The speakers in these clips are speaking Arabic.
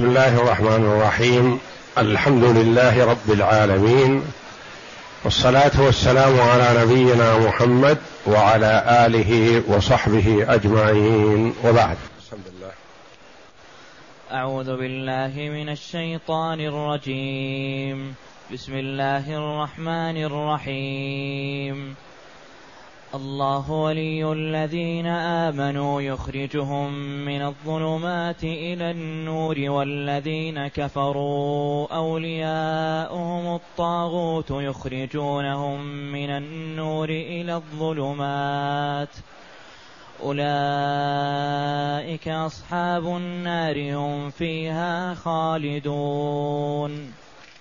بسم الله الرحمن الرحيم. الحمد لله رب العالمين، والصلاة والسلام على نبينا محمد وعلى آله وصحبه أجمعين، وبعد. بسم الله. أعوذ بالله من الشيطان الرجيم. بسم الله الرحمن الرحيم. الله ولي الذين آمنوا يخرجهم من الظلمات إلى النور، والذين كفروا أولياؤهم الطاغوت يخرجونهم من النور إلى الظلمات، أولئك أصحاب النار هم فيها خالدون.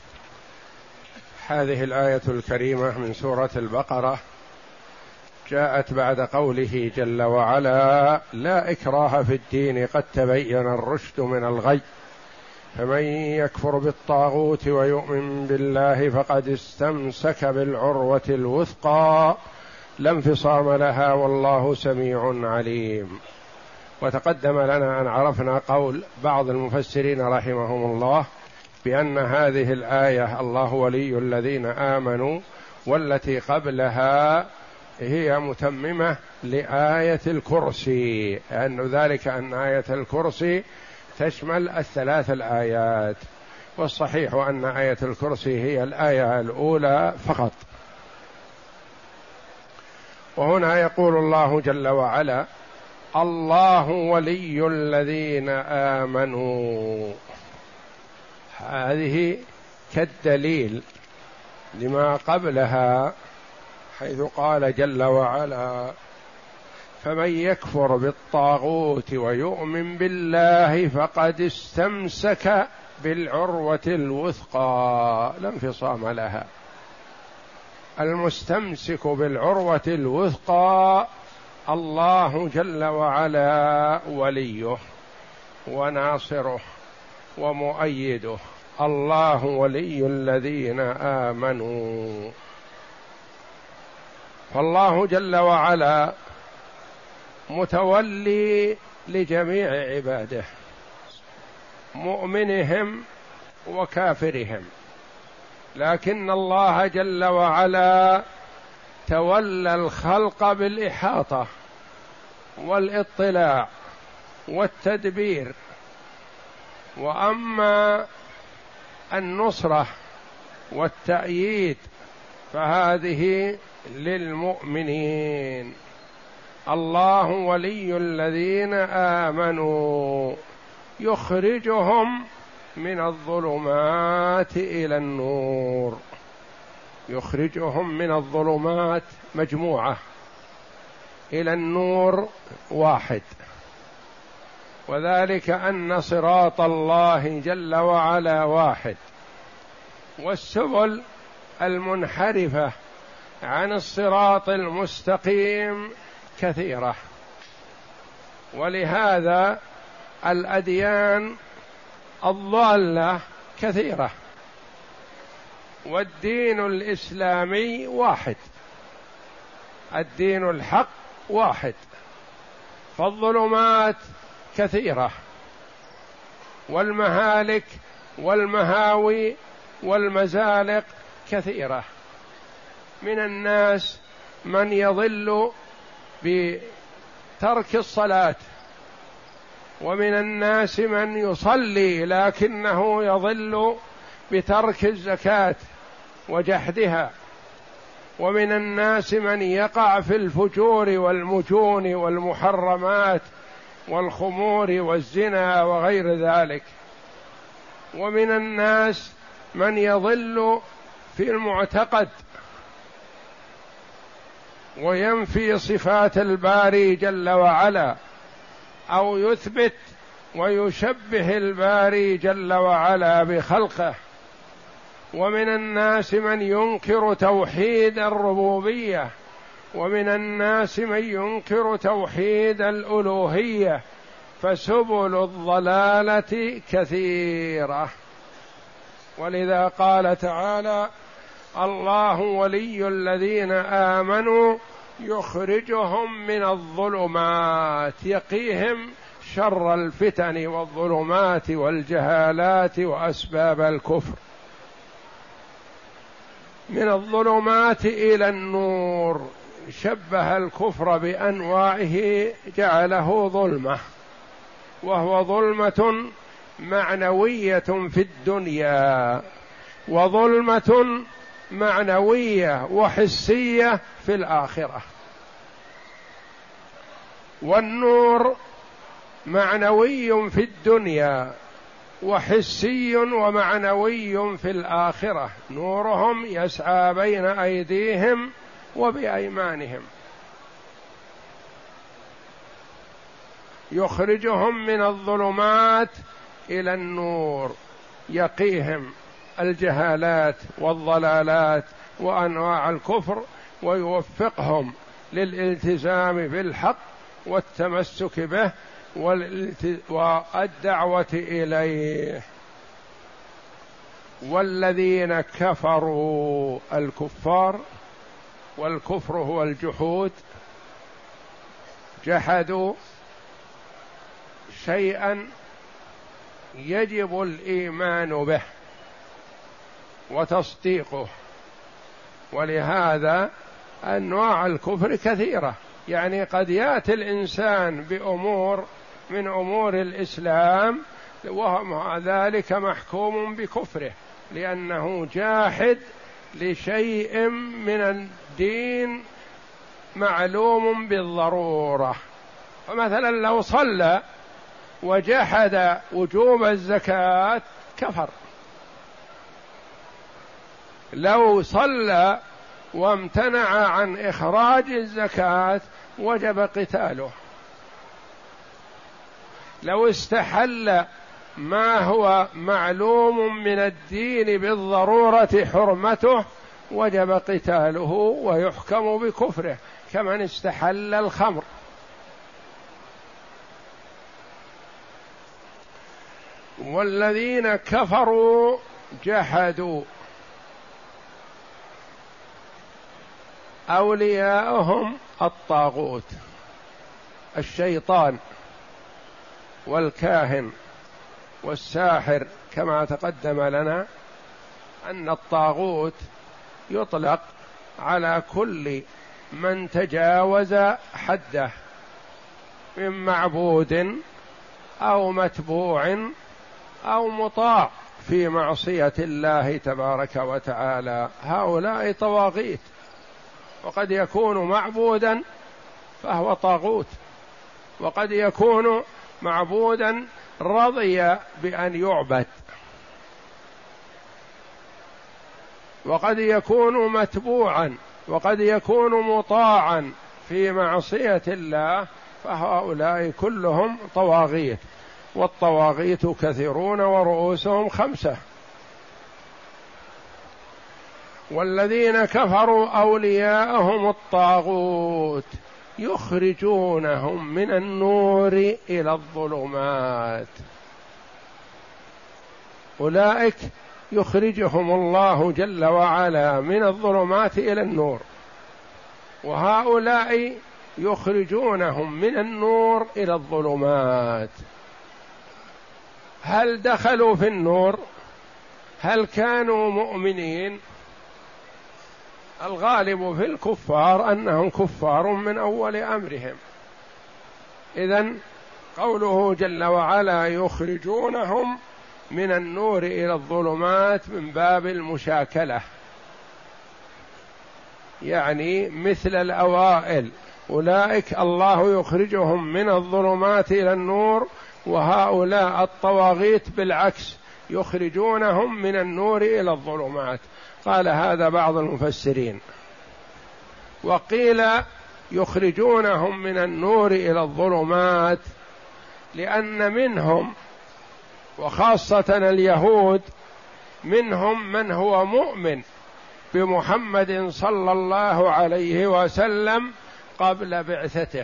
هذه الآية الكريمة من سورة البقرة جاءت بعد قوله جل وعلا: لا إكراه في الدين قد تبين الرشد من الغي، فمن يكفر بالطاغوت ويؤمن بالله فقد استمسك بالعروة الوثقى لا انفصام لها والله سميع عليم. وتقدم لنا أن عرفنا قول بعض المفسرين رحمهم الله بأن هذه الآية الله ولي الذين آمنوا، والتي قبلها هي متممة لآية الكرسي، لأن ذلك أن آية الكرسي تشمل الثلاث الآيات، والصحيح أن آية الكرسي هي الآية الأولى فقط. وهنا يقول الله جل وعلا: الله ولي الذين آمنوا. هذه كالدليل لما قبلها، حيث قال جل وعلا: فمن يكفر بالطاغوت ويؤمن بالله فقد استمسك بالعروة الوثقى لا انفصام لها. المستمسك بالعروة الوثقى الله جل وعلا وليه وناصره ومؤيده. الله ولي الذين آمنوا، فالله جل وعلا متولي لجميع عباده، مؤمنهم وكافرهم، لكن الله جل وعلا تولى الخلق بالإحاطة والاطلاع والتدبير. وأما النصرة والتأييد فهذه للمؤمنين. الله ولي الذين آمنوا يخرجهم من الظلمات إلى النور. يخرجهم من الظلمات مجموعة، إلى النور واحد، وذلك أن صراط الله جل وعلا واحد، والسبل المنحرفة عن الصراط المستقيم كثيرة. ولهذا الأديان الضالة كثيرة، والدين الإسلامي واحد، الدين الحق واحد، فالظلمات كثيرة، والمهالك والمهاوي والمزالق كثيرة. من الناس من يضل بترك الصلاة، ومن الناس من يصلي لكنه يضل بترك الزكاة وجحدها، ومن الناس من يقع في الفجور والمجون والمحرمات والخمور والزنا وغير ذلك، ومن الناس من يضل في المعتقد وينفي صفات الباري جل وعلا، أو يثبت ويشبه الباري جل وعلا بخلقه، ومن الناس من ينكر توحيد الربوبية، ومن الناس من ينكر توحيد الألوهية. فسبل الضلالة كثيرة. ولذا قال تعالى: الله ولي الذين آمنوا يخرجهم من الظلمات، يقيهم شر الفتن والظلمات والجهالات وأسباب الكفر. من الظلمات إلى النور، شبه الكفر بأنواعه جعله ظلمة، وهو ظلمة معنوية في الدنيا، وظلمة معنوية وحسية في الآخرة. والنور معنوي في الدنيا وحسي ومعنوي في الآخرة، نورهم يسعى بين أيديهم وبأيمانهم، يخرجهم من الظلمات إلى النور، يقيهم الجهالات والضلالات وأنواع الكفر، ويوفقهم للالتزام بالحق والتمسك به والدعوة إليه. والذين كفروا، الكفار، والكفر هو الجحود، جحدوا شيئا يجب الإيمان به وتصديقه. ولهذا أنواع الكفر كثيرة، يعني قد يأتي الإنسان بأمور من أمور الإسلام ومع ذلك محكوم بكفره، لأنه جاحد لشيء من الدين معلوم بالضرورة. فمثلا لو صلى وجحد وجوب الزكاة كفر، لو صلى وامتنع عن إخراج الزكاة وجب قتاله، لو استحل ما هو معلوم من الدين بالضرورة حرمته وجب قتاله ويحكم بكفره، كمن استحل الخمر. والذين كفروا جحدوا، أولياءهم الطاغوت، الشيطان والكاهن والساحر، كما تقدم لنا أن الطاغوت يطلق على كل من تجاوز حده من معبود أو متبوع أو مطاع في معصية الله تبارك وتعالى، هؤلاء طواغيت. وقد يكون معبودا فهو طاغوت، وقد يكون معبودا رضي بأن يعبد، وقد يكون متبوعا، وقد يكون مطاعا في معصية الله، فهؤلاء كلهم طواغيت. والطواغيت كثيرون ورؤوسهم 5. والذين كفروا أولياءهم الطاغوت يخرجونهم من النور إلى الظلمات، أولئك يخرجهم الله جل وعلا من الظلمات إلى النور، وهؤلاء يخرجونهم من النور إلى الظلمات. هل دخلوا في النور؟ هل كانوا مؤمنين؟ الغالب في الكفار أنهم كفار من أول أمرهم. إذن قوله جل وعلا يخرجونهم من النور إلى الظلمات من باب المشاكلة، يعني مثل الأوائل، أولئك الله يخرجهم من الظلمات إلى النور، وهؤلاء الطواغيت بالعكس يخرجونهم من النور إلى الظلمات. قال هذا بعض المفسرين. وقيل يخرجونهم من النور إلى الظلمات لأن منهم، وخاصة اليهود، منهم من هو مؤمن بمحمد صلى الله عليه وسلم قبل بعثته،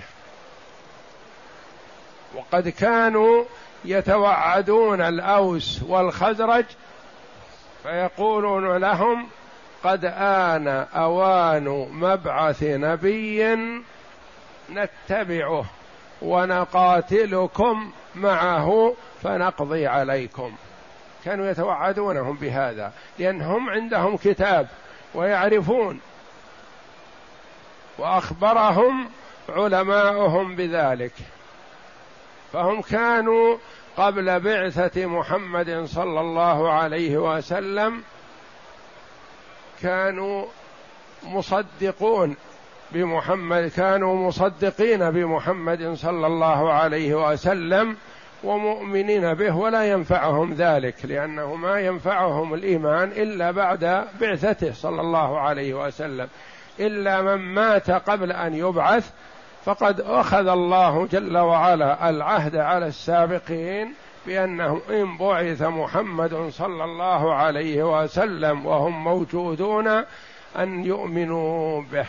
وقد كانوا يتوعدون الأوس والخزرج فيقولون لهم قد آن أوان مبعث نبي نتبعه ونقاتلكم معه فنقضي عليكم. كانوا يتوعدونهم بهذا لأنهم عندهم كتاب ويعرفون، وأخبرهم علماؤهم بذلك. فهم كانوا قبل بعثة محمد صلى الله عليه وسلم كانوا مصدقون بمحمد، كانوا مصدقين بمحمد صلى الله عليه وسلم ومؤمنين به، ولا ينفعهم ذلك، لأنه ما ينفعهم الإيمان إلا بعد بعثته صلى الله عليه وسلم، إلا من مات قبل أن يبعث فقد أخذ الله جل وعلا العهد على السابقين بأنه إن بعث محمد صلى الله عليه وسلم وهم موجودون أن يؤمنوا به.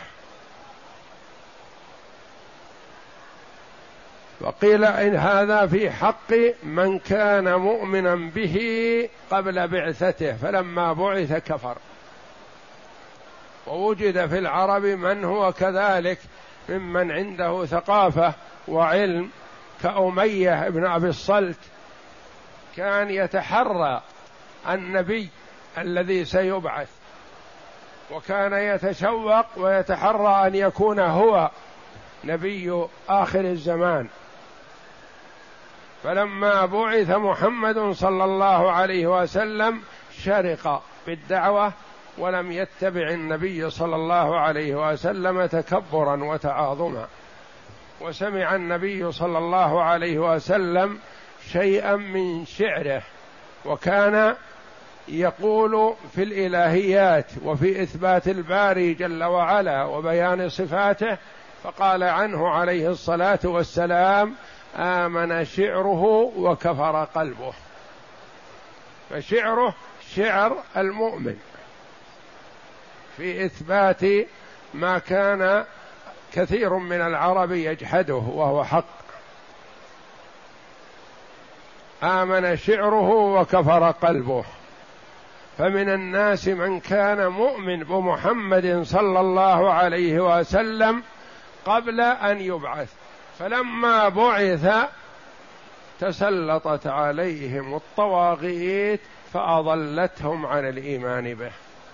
وقيل إن هذا في حق من كان مؤمنا به قبل بعثته فلما بعث كفر. ووجد في العرب من هو كذلك ممن عنده ثقافة وعلم كأمية بن أبي الصلت، كان يتحرى النبي الذي سيبعث، وكان يتشوق ويتحرى أن يكون هو نبي آخر الزمان. فلما بعث محمد صلى الله عليه وسلم شرق بالدعوة ولم يتبع النبي صلى الله عليه وسلم تكبرا وتعاظما. وسمع النبي صلى الله عليه وسلم شيئا من شعره، وكان يقول في الإلهيات وفي إثبات الباري جل وعلا وبيان صفاته، فقال عنه عليه الصلاة والسلام: آمن شعره وكفر قلبه. فشعره شعر المؤمن في إثبات ما كان كثير من العرب يجحده وهو حق. آمن شعره وكفر قلبه. فمن الناس من كان مؤمن بمحمد صلى الله عليه وسلم قبل أن يبعث، فلما بعث تسلطت عليهم الطواغيت فأضلتهم عن الإيمان به.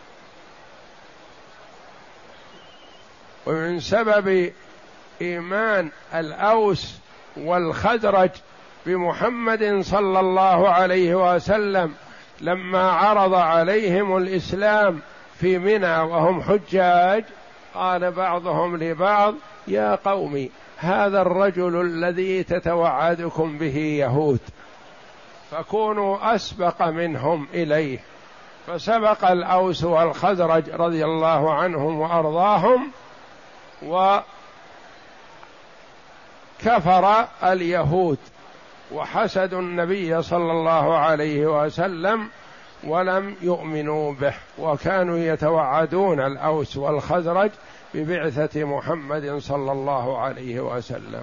ومن سبب إيمان الأوس والخزرج بمحمد صلى الله عليه وسلم لما عرض عليهم الإسلام في منى وهم حجاج، قال بعضهم لبعض: يا قوم هذا الرجل الذي تتوعدكم به يهود، فكونوا أسبق منهم إليه. فسبق الأوس والخزرج رضي الله عنهم وأرضاهم، وكفر اليهود وحسدوا النبي صلى الله عليه وسلم ولم يؤمنوا به، وكانوا يتوعدون الأوس والخزرج ببعثة محمد صلى الله عليه وسلم.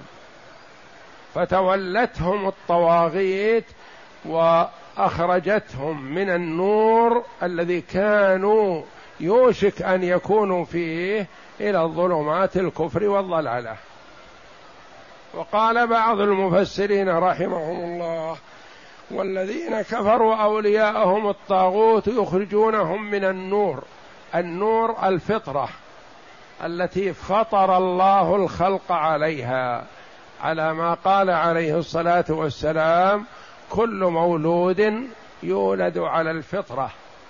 فتولتهم الطواغيت وأخرجتهم من النور الذي كانوا يوشك أن يكونوا فيه إلى الظلمات الكفر والضلالة. وقال بعض المفسرين رحمهم الله: والذين كفروا أولياءهم الطاغوت يخرجونهم من النور. النور الفطرة التي فطر الله الخلق عليها، على ما قال عليه الصلاة والسلام: كل مولود يولد على الفطرة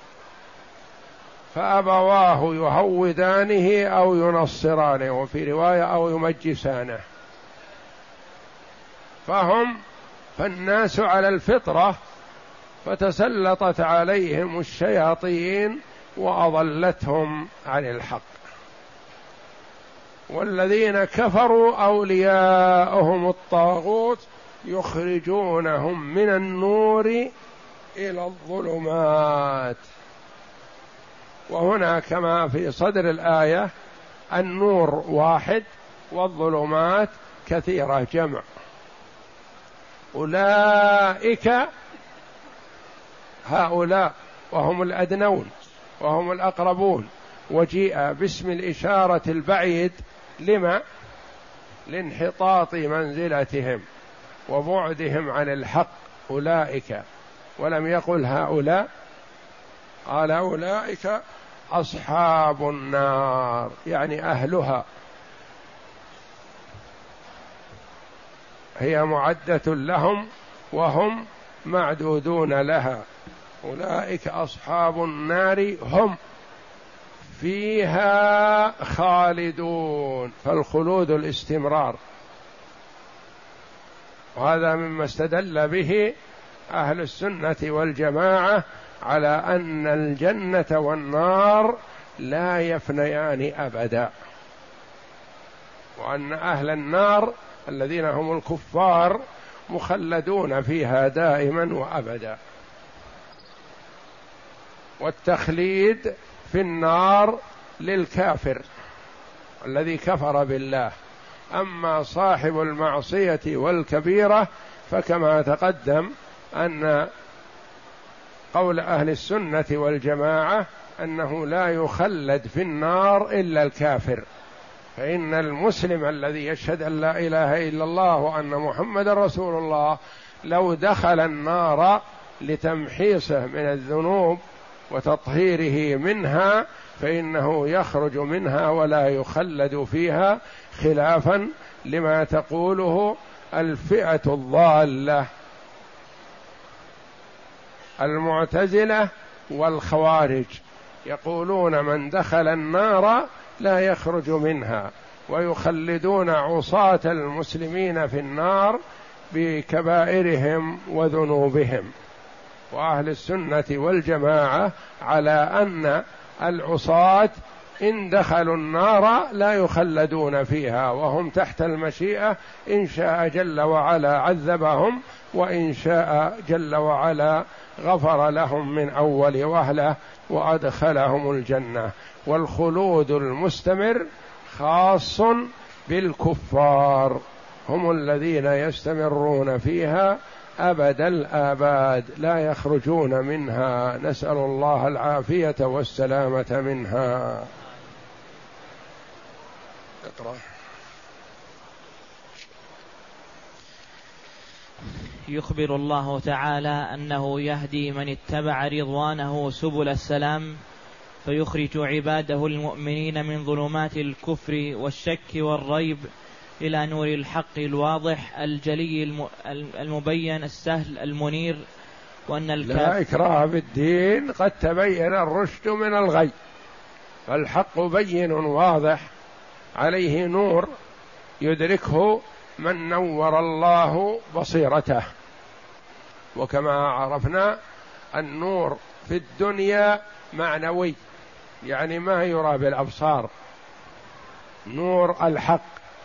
فأبواه يهودانه أو ينصرانه، وفي رواية أو يمجسانه. فالناس على الفطرة، فتسلطت عليهم الشياطين وأضلتهم عن الحق. والذين كفروا أولياءهم الطاغوت يخرجونهم من النور إلى الظلمات. وهنا كما في صدر الآية النور واحد والظلمات كثيرة جمع. أولئك هؤلاء وهم الأدنون وهم الأقربون، وجيء باسم الإشارة البعيد لما؟ لانحطاط منزلتهم وبعدهم عن الحق أولئك، ولم يقل هؤلاء، قال أولئك أصحاب النار يعني أهلها، هي معدة لهم وهم معدودون لها. أولئك أصحاب النار هم فيها خالدون، فالخلود الاستمرار، وهذا مما استدل به أهل السنة والجماعة على أن الجنة والنار لا يفنيان أبدا، وأن أهل النار الذين هم الكفار مخلدون فيها دائما وأبدا. والتخليد في النار للكافر الذي كفر بالله، أما صاحب المعصية والكبيرة فكما تقدم أن قول أهل السنة والجماعة أنه لا يخلد في النار إلا الكافر، فإن المسلم الذي يشهد أن لا إله إلا الله وأن محمد رسول الله لو دخل النار لتمحيصه من الذنوب وتطهيره منها فإنه يخرج منها ولا يخلد فيها، خلافا لما تقوله الفئة الضالة المعتزلة والخوارج، يقولون من دخل النار لا يخرج منها، ويخلدون عصاة المسلمين في النار بكبائرهم وذنوبهم. وأهل السنة والجماعة على أن العصاة إن دخلوا النار لا يخلدون فيها، وهم تحت المشيئة، إن شاء جل وعلا عذبهم، وإن شاء جل وعلا غفر لهم من أول وهلة وأدخلهم الجنة. والخلود المستمر خاص بالكفار، هم الذين يستمرون فيها أبد الآباد لا يخرجون منها، نسأل الله العافية والسلامة منها. اقرأ. يخبر الله تعالى أنه يهدي من اتبع رضوانه سبل السلام، فيخرج عباده المؤمنين من ظلمات الكفر والشك والريب إلى نور الحق الواضح الجلي المبين السهل المنير. وأن لا إكراه في الدين، قد تبين الرشد من الغي، فالحق بين واضح عليه نور يدركه من نور الله بصيرته. وكما عرفنا النور في الدنيا معنوي، يعني ما يرى بالأبصار، نور الحق،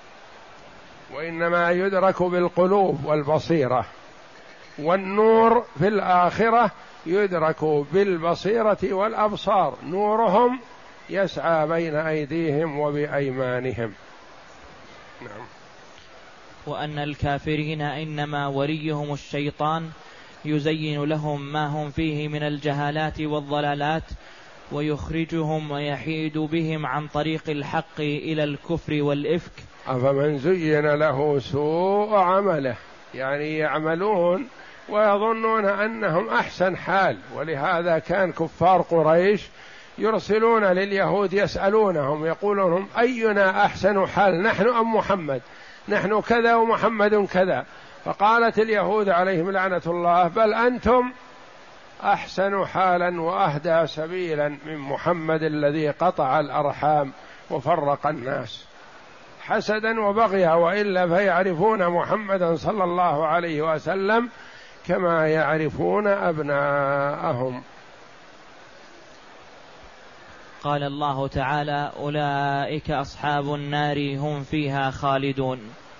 وإنما يدرك بالقلوب والبصيرة. والنور في الآخرة يدرك بالبصيرة والأبصار، نورهم يسعى بين أيديهم وبأيمانهم. نعم. وأن الكافرين إنما وليهم الشيطان يزين لهم ما هم فيه من الجهالات والضلالات، ويخرجهم ويحيد بهم عن طريق الحق إلى الكفر والإفك. أفمن زين له سوء عمله، يعني يعملون ويظنون أنهم أحسن حال. ولهذا كان كفار قريش يرسلون لليهود يسألونهم يقولون أينا أحسن حال، نحن أم محمد؟ نحن كذا ومحمد كذا. فقالت اليهود عليهم لعنة الله بل أنتم أحسن حالا وأهدى سبيلا من محمد الذي قطع الأرحام وفرق الناس، حسدا وبغيا، وإلا فيعرفون محمدا صلى الله عليه وسلم كما يعرفون أبناءهم. قال الله تعالى أولئك أصحاب النار هم فيها خالدون.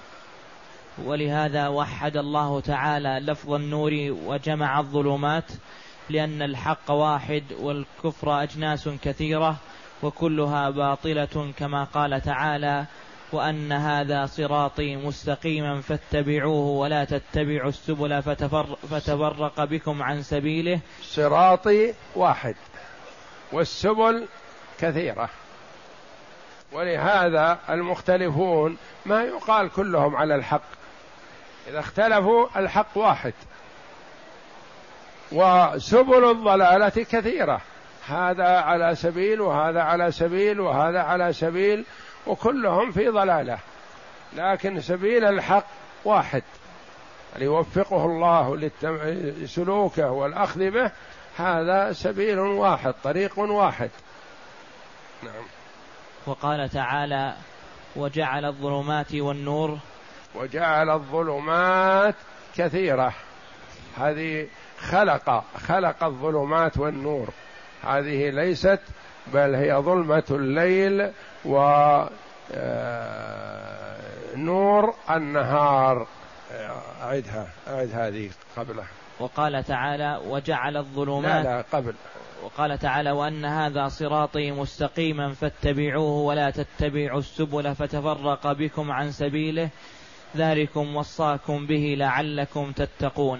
ولهذا وحد الله تعالى لفظ النور وجمع الظلمات، لأن الحق واحد والكفر أجناس كثيرة وكلها باطلة، كما قال تعالى وأن هذا صراطي مستقيما فاتبعوه ولا تتبعوا السبل فتفرق بكم عن سبيله. صراطي واحد والسبل كثيرة، ولهذا المختلفون ما يقال كلهم على الحق، إذا اختلفوا الحق واحد، وسبل الضلالة كثيرة، هذا على سبيل وهذا على سبيل وهذا على سبيل، وكلهم في ضلالة، لكن سبيل الحق واحد ليوفقه الله لسلوكه والأخذ به، هذا سبيل واحد، طريق واحد. نعم. وقال تعالى: وجعل الظلمات والنور. وجعل الظلمات كثيرة، هذه خلق الظلمات والنور، هذه ليست، بل هي ظلمة الليل ونور النهار. أعد هذه قبله. وقال تعالى: وجعل الظلمات. لا قبل. وقال تعالى: وأن هذا صراطي مستقيما فاتبعوه ولا تتبعوا السبل فتفرق بكم عن سبيله ذلكم وصاكم به لعلكم تتقون.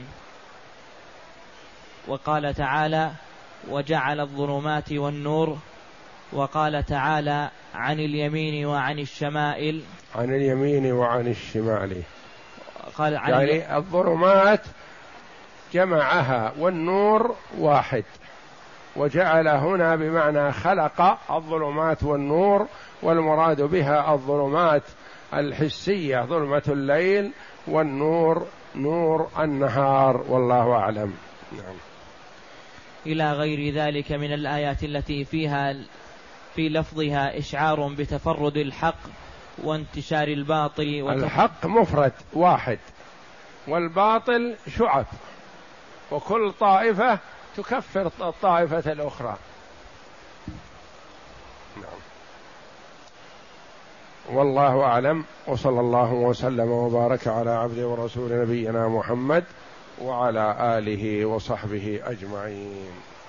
وقال تعالى: وجعل الظلمات والنور. وقال تعالى: عن اليمين وعن الشمائل. عن اليمين وعن الشمال، قال عن يعني الظلمات جمعها والنور واحد، وجعل هنا بمعنى خلق الظلمات والنور، والمراد بها الظلمات الحسية ظلمة الليل، والنور نور النهار، والله أعلم. نعم. إلى غير ذلك من الآيات التي فيها في لفظها إشعار بتفرد الحق وانتشار الباطل. الحق مفرد واحد، والباطل شعب، وكل طائفة تكفر الطائفة الأخرى. نعم. والله أعلم، وصلى الله وسلم وبارك على عبده ورسول نبينا محمد وعلى آله وصحبه أجمعين.